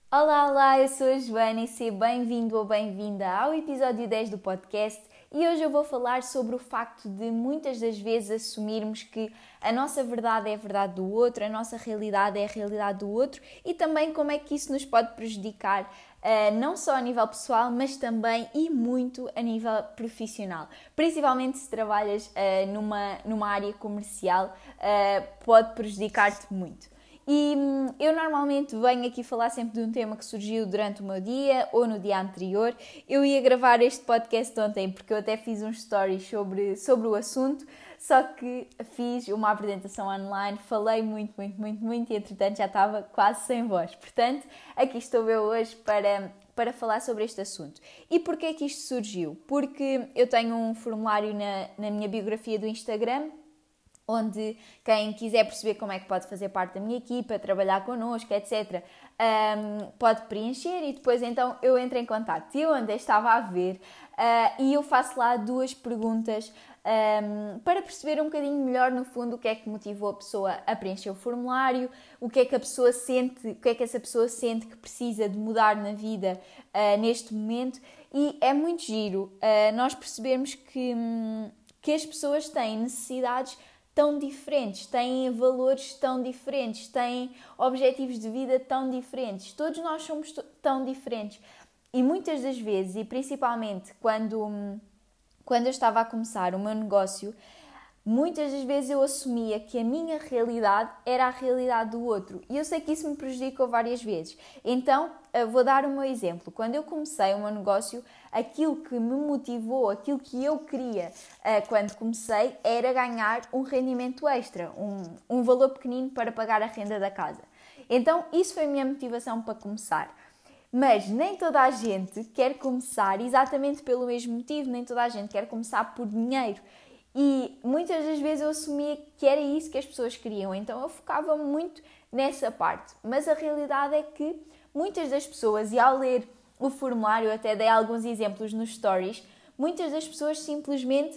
Olá, olá, eu sou a Joana e seja bem-vindo ou bem-vinda ao episódio 10 do podcast e hoje eu vou falar sobre o facto de muitas das vezes assumirmos que a nossa verdade é a verdade do outro, a nossa realidade é a realidade do outro e também como é que isso nos pode prejudicar não só a nível pessoal, mas também e muito a nível profissional. Principalmente se trabalhas numa área comercial, pode prejudicar-te muito. E eu normalmente venho aqui falar sempre de um tema que surgiu durante o meu dia ou no dia anterior. Eu ia gravar este podcast ontem porque eu até fiz um story sobre o assunto, só que fiz uma apresentação online, falei muito e entretanto já estava quase sem voz. Portanto, aqui estou eu hoje para falar sobre este assunto. E porquê é que isto surgiu? Porque eu tenho um formulário na minha biografia do Instagram, onde quem quiser perceber como é que pode fazer parte da minha equipa, trabalhar connosco, etc., pode preencher e depois então eu entro em contato. Eu ontem estava a ver e eu faço lá duas perguntas para perceber um bocadinho melhor, no fundo, o que é que motivou a pessoa a preencher o formulário, o que é que a pessoa sente, o que é que essa pessoa sente que precisa de mudar na vida neste momento. E é muito giro nós percebermos que as pessoas têm necessidades tão diferentes, têm valores tão diferentes, têm objetivos de vida tão diferentes. Todos nós somos tão diferentes. E muitas das vezes, e principalmente quando eu estava a começar o meu negócio, muitas das vezes eu assumia que a minha realidade era a realidade do outro. E eu sei que isso me prejudicou várias vezes. Então, vou dar o meu exemplo. Quando eu comecei o meu negócio, aquilo que me motivou, aquilo que eu queria quando comecei, era ganhar um rendimento extra, um valor pequenino para pagar a renda da casa. Então, isso foi a minha motivação para começar. Mas nem toda a gente quer começar exatamente pelo mesmo motivo, nem toda a gente quer começar por dinheiro. E muitas das vezes eu assumia que era isso que as pessoas queriam, então eu focava muito nessa parte. Mas a realidade é que muitas das pessoas, e ao ler o formulário, até dei alguns exemplos nos stories, muitas das pessoas simplesmente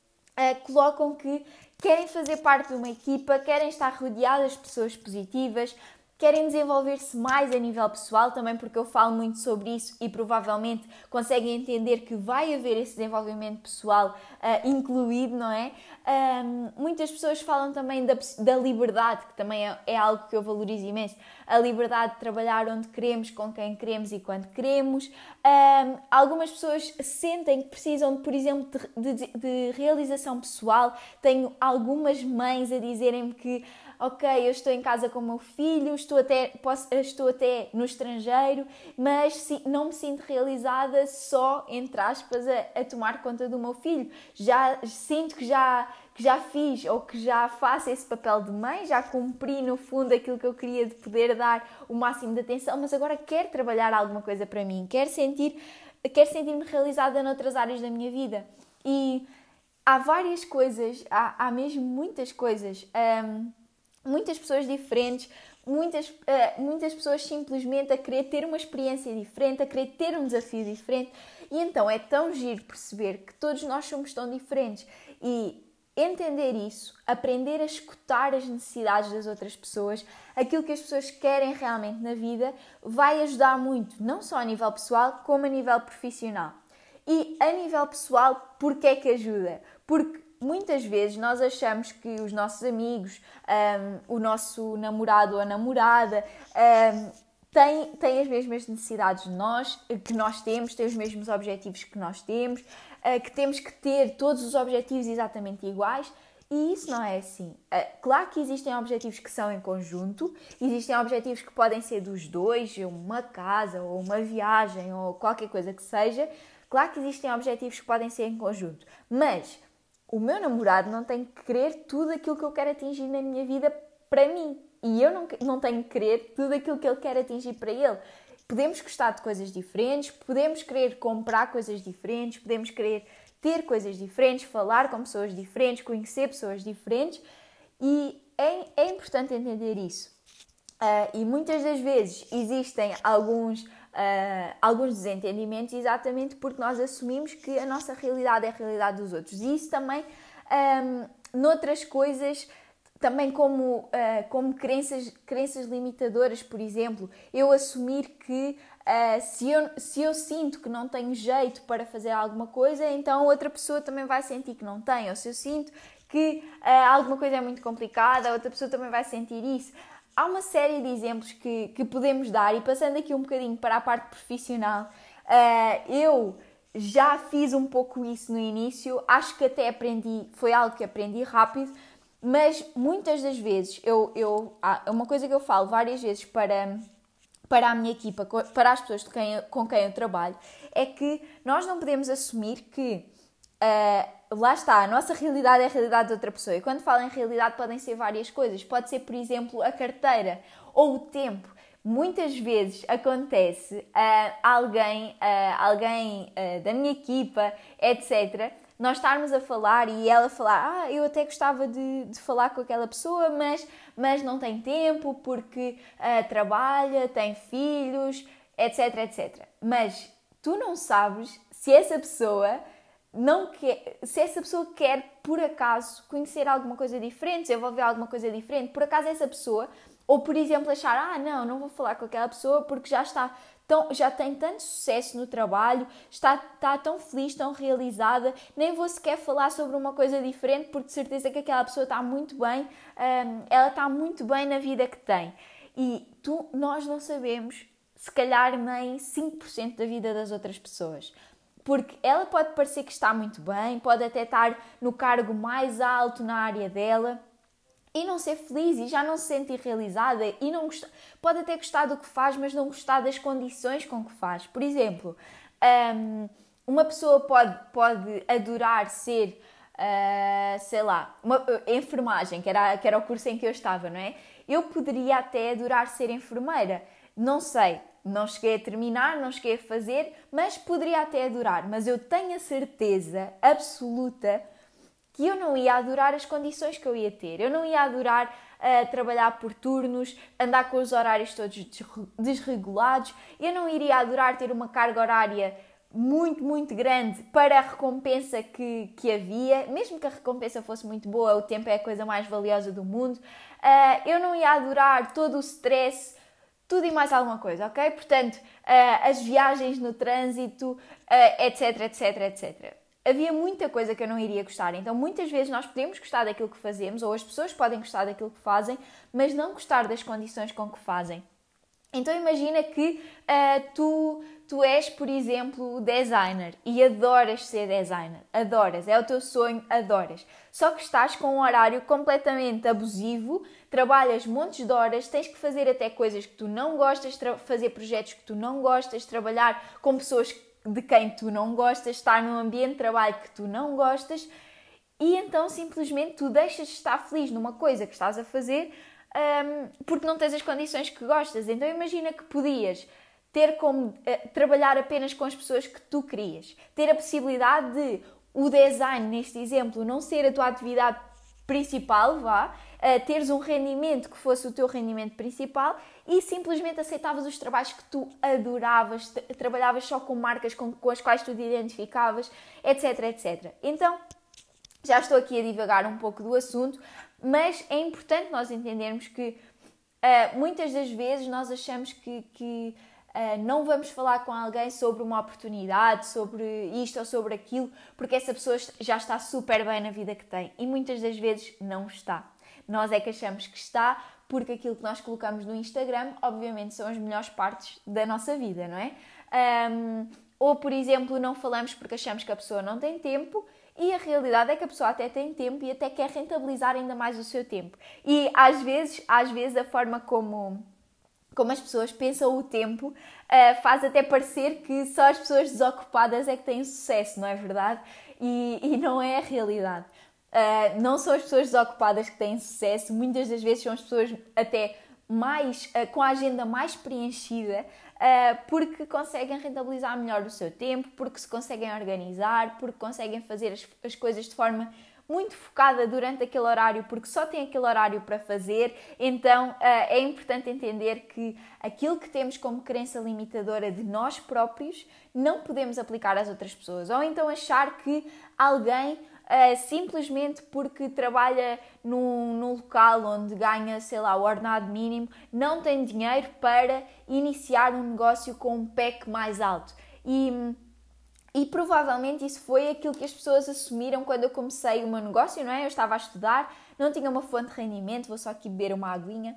colocam que querem fazer parte de uma equipa, querem estar rodeadas de pessoas positivas, querem desenvolver-se mais a nível pessoal, também porque eu falo muito sobre isso e provavelmente conseguem entender que vai haver esse desenvolvimento pessoal incluído, não é? Muitas pessoas falam também da liberdade, que também é algo que eu valorizo imenso. A liberdade de trabalhar onde queremos, com quem queremos e quando queremos. Algumas pessoas sentem que precisam, por exemplo, de realização pessoal. Tenho algumas mães a dizerem-me que ok, eu estou em casa com o meu filho, estou até no estrangeiro, mas não me sinto realizada só, entre aspas, a tomar conta do meu filho. Já sinto que já fiz ou que já faço esse papel de mãe, já cumpri no fundo aquilo que eu queria de poder dar o máximo de atenção, mas agora quero trabalhar alguma coisa para mim, quero sentir-me realizada noutras áreas da minha vida. E há várias coisas, há mesmo muitas coisas. Muitas pessoas diferentes, muitas pessoas simplesmente a querer ter uma experiência diferente, a querer ter um desafio diferente. E então é tão giro perceber que todos nós somos tão diferentes e entender isso, aprender a escutar as necessidades das outras pessoas, aquilo que as pessoas querem realmente na vida, vai ajudar muito, não só a nível pessoal, como a nível profissional. E a nível pessoal, porquê é que ajuda? Porque muitas vezes nós achamos que os nossos amigos, o nosso namorado ou a namorada têm as mesmas necessidades que nós temos, têm os mesmos objetivos que nós temos, que temos que ter todos os objetivos exatamente iguais. E isso não é assim. Claro que existem objetivos que são em conjunto, existem objetivos que podem ser dos dois, uma casa ou uma viagem ou qualquer coisa que seja. Claro que existem objetivos que podem ser em conjunto, mas o meu namorado não tem que querer tudo aquilo que eu quero atingir na minha vida para mim. E eu não tenho que querer tudo aquilo que ele quer atingir para ele. Podemos gostar de coisas diferentes, podemos querer comprar coisas diferentes, podemos querer ter coisas diferentes, falar com pessoas diferentes, conhecer pessoas diferentes. E é importante entender isso. E muitas das vezes existem alguns desentendimentos exatamente porque nós assumimos que a nossa realidade é a realidade dos outros. E isso também, noutras coisas, também como crenças limitadoras, por exemplo, eu assumir que se eu sinto que não tenho jeito para fazer alguma coisa, então outra pessoa também vai sentir que não tem. Ou se eu sinto que alguma coisa é muito complicada, outra pessoa também vai sentir isso. Há uma série de exemplos que podemos dar, e passando aqui um bocadinho para a parte profissional, eu já fiz um pouco isso no início, acho que até foi algo que aprendi rápido, mas muitas das vezes, é uma coisa que eu falo várias vezes para a minha equipa, para as pessoas com quem eu trabalho, é que nós não podemos assumir que, lá está, a nossa realidade é a realidade de outra pessoa. E quando falo em realidade podem ser várias coisas. Pode ser, por exemplo, a carteira ou o tempo. Muitas vezes acontece alguém da minha equipa, etc., nós estarmos a falar e ela falar, eu até gostava de falar com aquela pessoa, mas não tem tempo porque trabalha, tem filhos, etc, etc. Mas tu não sabes se essa pessoa quer, por acaso, conhecer alguma coisa diferente, desenvolver alguma coisa diferente. Por acaso essa pessoa, ou por exemplo achar, não vou falar com aquela pessoa porque já tem tanto sucesso no trabalho, está tão feliz, tão realizada, nem vou sequer falar sobre uma coisa diferente porque de certeza que aquela pessoa está muito bem, ela está muito bem na vida que tem. E nós não sabemos, se calhar, nem 5% da vida das outras pessoas. Porque ela pode parecer que está muito bem, pode até estar no cargo mais alto na área dela e não ser feliz e já não se sentir realizada e não gostar, pode até gostar do que faz, mas não gostar das condições com que faz. Por exemplo, uma pessoa pode adorar ser, enfermagem, que era o curso em que eu estava, não é? Eu poderia até adorar ser enfermeira. Não sei, não cheguei a terminar, não cheguei a fazer, mas poderia até adorar. Mas eu tenho a certeza absoluta que eu não ia adorar as condições que eu ia ter. Eu não ia adorar trabalhar por turnos, andar com os horários todos desregulados. Eu não iria adorar ter uma carga horária muito, muito grande para a recompensa que havia. Mesmo que a recompensa fosse muito boa, o tempo é a coisa mais valiosa do mundo. Eu não ia adorar todo o stress, tudo e mais alguma coisa, ok? Portanto, as viagens no trânsito, etc, etc, etc. Havia muita coisa que eu não iria gostar. Então, muitas vezes nós podemos gostar daquilo que fazemos, ou as pessoas podem gostar daquilo que fazem, mas não gostar das condições com que fazem. Então, imagina que tu és, por exemplo, designer e adoras ser designer. Adoras, é o teu sonho, adoras. Só que estás com um horário completamente abusivo, trabalhas montes de horas, tens que fazer até coisas que tu não gostas, fazer projetos que tu não gostas, trabalhar com pessoas de quem tu não gostas, estar num ambiente de trabalho que tu não gostas e então simplesmente tu deixas de estar feliz numa coisa que estás a fazer porque não tens as condições que gostas. Então imagina que podias ter como trabalhar apenas com as pessoas que tu querias, ter a possibilidade de o design, neste exemplo, não ser a tua atividade principal, teres um rendimento que fosse o teu rendimento principal e simplesmente aceitavas os trabalhos que tu adoravas, trabalhavas só com marcas com as quais tu te identificavas, etc, etc. Então, já estou aqui a divagar um pouco do assunto, mas é importante nós entendermos que muitas das vezes nós achamos que não vamos falar com alguém sobre uma oportunidade, sobre isto ou sobre aquilo, porque essa pessoa já está super bem na vida que tem. E muitas das vezes não está. Nós é que achamos que está, porque aquilo que nós colocamos no Instagram, obviamente, são as melhores partes da nossa vida, não é? Ou, por exemplo, não falamos porque achamos que a pessoa não tem tempo e a realidade é que a pessoa até tem tempo e até quer rentabilizar ainda mais o seu tempo. E às vezes a forma como as pessoas pensam o tempo faz até parecer que só as pessoas desocupadas é que têm sucesso, não é verdade? E não é a realidade. Não são as pessoas desocupadas que têm sucesso, muitas das vezes são as pessoas até mais, com a agenda mais preenchida, porque conseguem rentabilizar melhor o seu tempo, porque se conseguem organizar, porque conseguem fazer as coisas de forma muito focada durante aquele horário, porque só tem aquele horário para fazer. Então é importante entender que aquilo que temos como crença limitadora de nós próprios não podemos aplicar às outras pessoas, ou então achar que alguém simplesmente porque trabalha num local onde ganha, sei lá, o ordenado mínimo, não tem dinheiro para iniciar um negócio com um PEC mais alto. E provavelmente isso foi aquilo que as pessoas assumiram quando eu comecei o meu negócio, não é? Eu estava a estudar, não tinha uma fonte de rendimento, vou só aqui beber uma aguinha.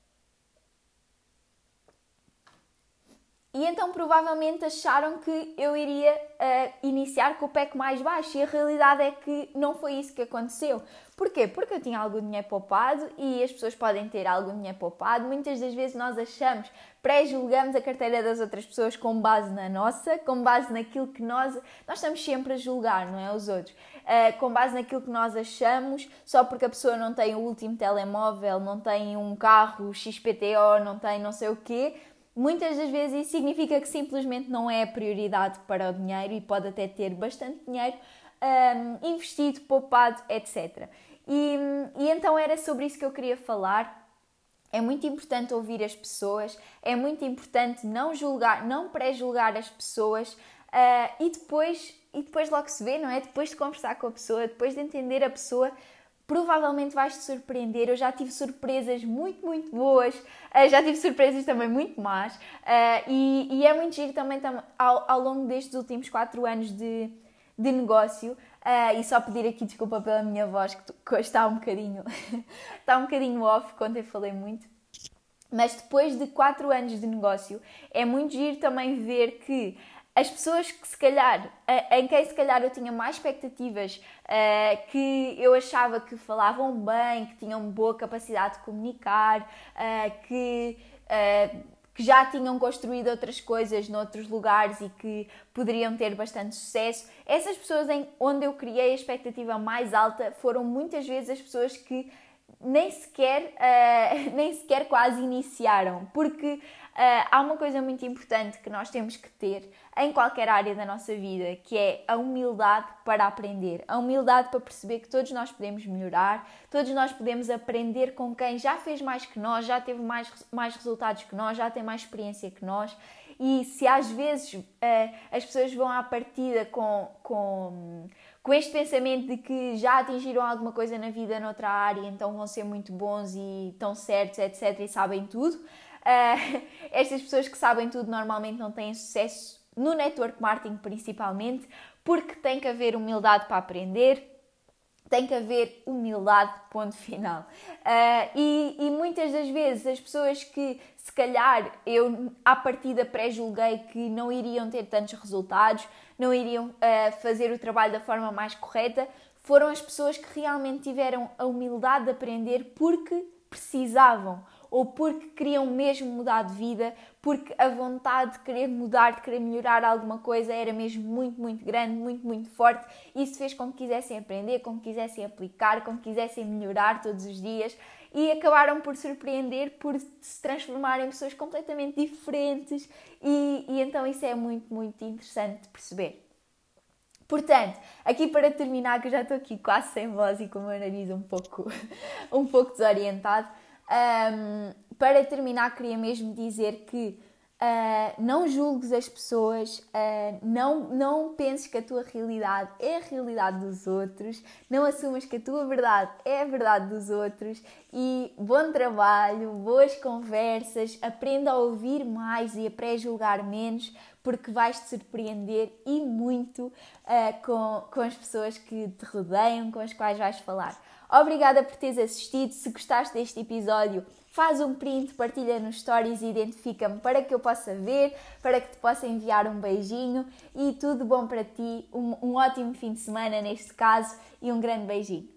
E então provavelmente acharam que eu iria iniciar com o PEC mais baixo e a realidade é que não foi isso que aconteceu. Porquê? Porque eu tinha algum dinheiro poupado e as pessoas podem ter algum dinheiro poupado. Muitas das vezes nós achamos, pré-julgamos a carteira das outras pessoas com base na nossa, com base naquilo que nós estamos sempre a julgar, não é? Os outros. Com base naquilo que nós achamos, só porque a pessoa não tem o último telemóvel, não tem um carro XPTO, não tem não sei o quê. Muitas das vezes isso significa que simplesmente não é a prioridade para o dinheiro e pode até ter bastante dinheiro investido, poupado, etc. E então era sobre isso que eu queria falar. É muito importante ouvir as pessoas, é muito importante não julgar, não pré-julgar as pessoas e depois logo se vê, não é? Depois de conversar com a pessoa, depois de entender a pessoa, provavelmente vais-te surpreender. Eu já tive surpresas muito, muito boas, já tive surpresas também muito más e é muito giro também ao longo destes últimos 4 anos de negócio e só pedir aqui desculpa pela minha voz que hoje está um bocadinho, está um bocadinho off quando eu falei muito. Mas depois de 4 anos de negócio é muito giro também ver que as pessoas que se calhar, em quem se calhar eu tinha mais expectativas, que eu achava que falavam bem, que tinham boa capacidade de comunicar, que já tinham construído outras coisas noutros lugares e que poderiam ter bastante sucesso. Essas pessoas onde eu criei a expectativa mais alta foram muitas vezes as pessoas que nem sequer quase iniciaram, porque há uma coisa muito importante que nós temos que ter em qualquer área da nossa vida, que é a humildade para aprender, a humildade para perceber que todos nós podemos melhorar, todos nós podemos aprender com quem já fez mais que nós, já teve mais resultados que nós, já tem mais experiência que nós. E se às vezes as pessoas vão à partida com este pensamento de que já atingiram alguma coisa na vida noutra área, então vão ser muito bons e estão certos, etc. e sabem tudo. Estas pessoas que sabem tudo normalmente não têm sucesso no network marketing principalmente, porque tem que haver humildade para aprender, tem que haver humildade, ponto final. E muitas das vezes as pessoas que se calhar eu à partida pré-julguei que não iriam ter tantos resultados, não iriam fazer o trabalho da forma mais correta, foram as pessoas que realmente tiveram a humildade de aprender porque precisavam ou porque queriam mesmo mudar de vida, porque a vontade de querer mudar, de querer melhorar alguma coisa era mesmo muito, muito grande, muito, muito forte. Isso fez com que quisessem aprender, com que quisessem aplicar, com que quisessem melhorar todos os dias e acabaram por surpreender, por se transformarem em pessoas completamente diferentes e então isso é muito, muito interessante de perceber. Portanto, aqui para terminar, que eu já estou aqui quase sem voz e com o meu nariz um pouco desorientado, para terminar queria mesmo dizer que não julgues as pessoas, não penses que a tua realidade é a realidade dos outros, não assumas que a tua verdade é a verdade dos outros e bom trabalho, boas conversas, aprenda a ouvir mais e a pré-julgar menos, porque vais-te surpreender e muito com as pessoas que te rodeiam, com as quais vais falar. Obrigada por teres assistido. Se gostaste deste episódio, faz um print, partilha nos stories e identifica-me para que eu possa ver, para que te possa enviar um beijinho e tudo bom para ti, um ótimo fim de semana neste caso e um grande beijinho.